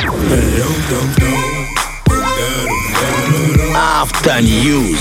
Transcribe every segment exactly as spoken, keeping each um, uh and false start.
Автоньюз.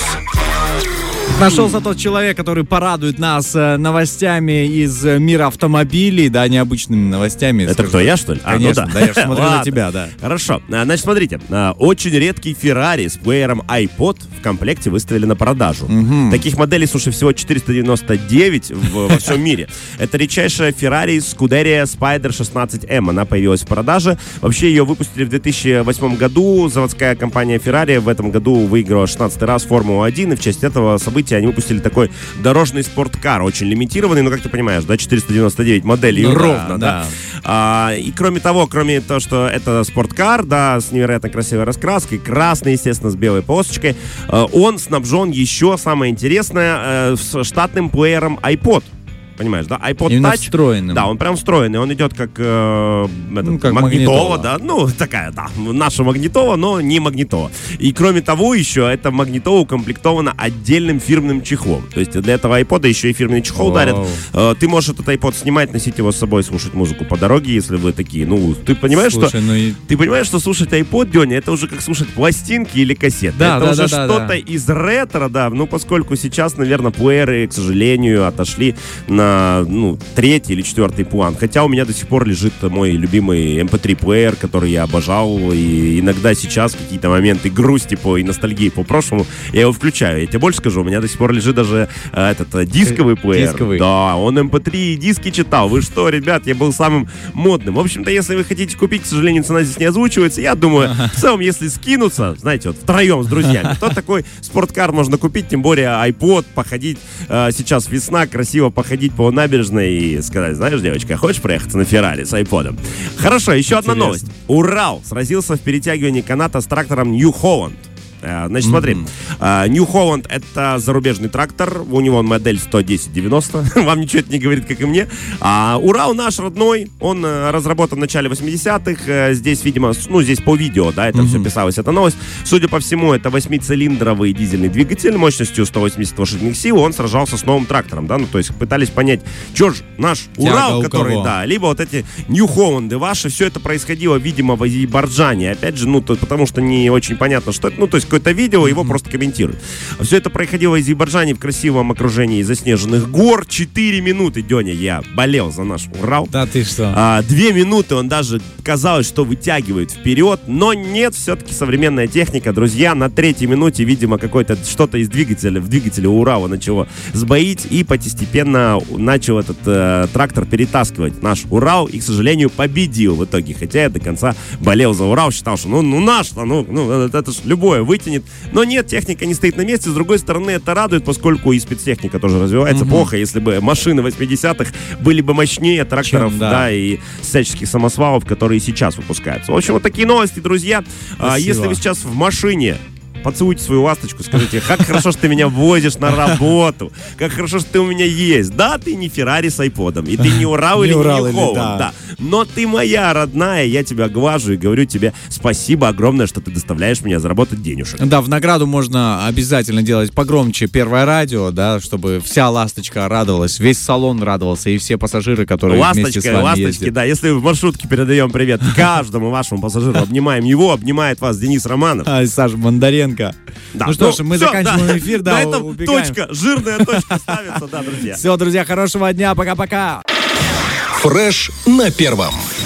Нашелся тот человек, который порадует нас новостями из мира автомобилей, да, необычными новостями. Это скажу. Кто, я, что ли? Конечно, а, ну да. да, я же смотрю на тебя, да. Хорошо. Значит, смотрите. Очень редкий Ferrari с плеером iPod в комплекте выставили на продажу. Угу. Таких моделей, слушай, всего четыреста девяносто девять в, во всем мире. Это редчайшая Ferrari Scuderia Spider шестнадцать эм. Она появилась в продаже. Вообще ее выпустили в две тысячи восьмом году. Заводская компания Ferrari в этом году выиграла шестнадцатый раз Формулу один. И в честь этого события они выпустили такой дорожный спорткар, очень лимитированный, но, как ты понимаешь, да, четыреста девяносто девять моделей, ну, ровно, да. да. А, и кроме того, кроме того, что это спорткар, да, с невероятно красивой раскраской, красный, естественно, с белой полосочкой, он снабжен еще, самое интересное, с штатным плеером iPod. Понимаешь, да? iPod Именно Touch. встроенным. Да, он прям встроенный. Он идет как, э, этот, ну, как магнитола, да. Ну, такая, да, наша магнитола, но не магнитола. И кроме того, еще эта магнитола укомплектована отдельным фирменным чехлом. То есть для этого iPod еще и фирменный чехол дарят. Э, ты можешь этот iPod снимать, носить его с собой, слушать музыку по дороге, если вы такие. Ну, ты понимаешь, Слушай, что... Ну и... Ты понимаешь, что слушать iPod, Деня, это уже как слушать пластинки или кассеты. Да, это да, уже да, что-то да. из ретро, да. Ну, поскольку сейчас, наверное, плееры, к сожалению, отошли на ну, третий или четвертый план. Хотя у меня до сих пор лежит мой любимый эм пи три плеер, который я обожал. И иногда сейчас какие-то моменты грусти по, и ностальгии по прошлому, я его включаю. Я тебе больше скажу, у меня до сих пор лежит даже э, этот э, дисковый плеер. Дисковый. Да, он эм пи три и диски читал. Вы что, ребят, я был самым модным. В общем-то, если вы хотите купить, к сожалению, цена здесь не озвучивается. Я думаю, в целом, если скинуться, знаете, вот втроем с друзьями, то такой спорткар можно купить, тем более iPod, походить. Э, сейчас весна, красиво походить по набережной и сказать, знаешь, девочка, хочешь проехаться на Феррари с айподом? Хорошо, еще одна новость. Урал сразился в перетягивании каната с трактором New Holland. Значит, смотри, mm-hmm. New Holland — это зарубежный трактор, у него модель сто десять девяносто, вам ничего это не говорит, как и мне. А Урал наш родной, он разработан в начале восьмидесятых, здесь, видимо, ну, здесь по видео, да, это mm-hmm. все писалось, эта новость. Судя по всему, это восьмицилиндровый дизельный двигатель мощностью сто восемьдесят лошадиных сил, он сражался с новым трактором, да, ну, то есть пытались понять, что же наш Тяга Урал, который, да, либо вот эти New Holland ваши, все это происходило, видимо, в Азербайджане, опять же, ну, то, потому что не очень понятно, что это, ну, то есть какое-то видео, его mm-hmm. просто комментируют. Все это происходило в Азербайджане в красивом окружении заснеженных гор. Четыре минуты, Деня, я болел за наш Урал. Да ты что? А, две минуты он даже казалось, что вытягивает вперед, но нет, все-таки современная техника, друзья, на третьей минуте, видимо, какое-то что-то из двигателя, в двигателе Урала начало сбоить, и постепенно начал этот э, трактор перетаскивать наш Урал, и, к сожалению, победил в итоге. Хотя я до конца болел за Урал, считал, что ну, ну наш-то, ну, ну это, это ж любое вытянет. Но нет, техника не стоит на месте. С другой стороны, это радует, поскольку и спецтехника тоже развивается. Mm-hmm. Плохо, если бы машины восьмидесятых были бы мощнее тракторов, Чем, да. да, и всяческих самосвалов, которые сейчас выпускаются. В общем, вот такие новости, друзья. А, если вы сейчас в машине, поцелуйте свою ласточку, скажите, как хорошо, что ты меня возишь на работу, как хорошо, что ты у меня есть. Да, ты не Феррари с айподом, и ты не Урал или не New Holland, да. Но ты моя родная, я тебя глажу и говорю тебе спасибо огромное, что ты доставляешь меня заработать денежек. Да, в награду можно обязательно делать погромче первое радио, да, чтобы вся ласточка радовалась, весь салон радовался и все пассажиры, которые Ласточка, вместе с вами ласточки, ездят. да, если в маршрутке передаем привет каждому вашему пассажиру, обнимаем его, обнимает вас Денис Романов. А, Саша Бондаренко. Да. Ну что ну, ж, мы все, заканчиваем да. эфир, да, На этом убегаем. точка, жирная точка ставится, да, друзья. Все, друзья, хорошего дня, пока-пока. Фреш на первом.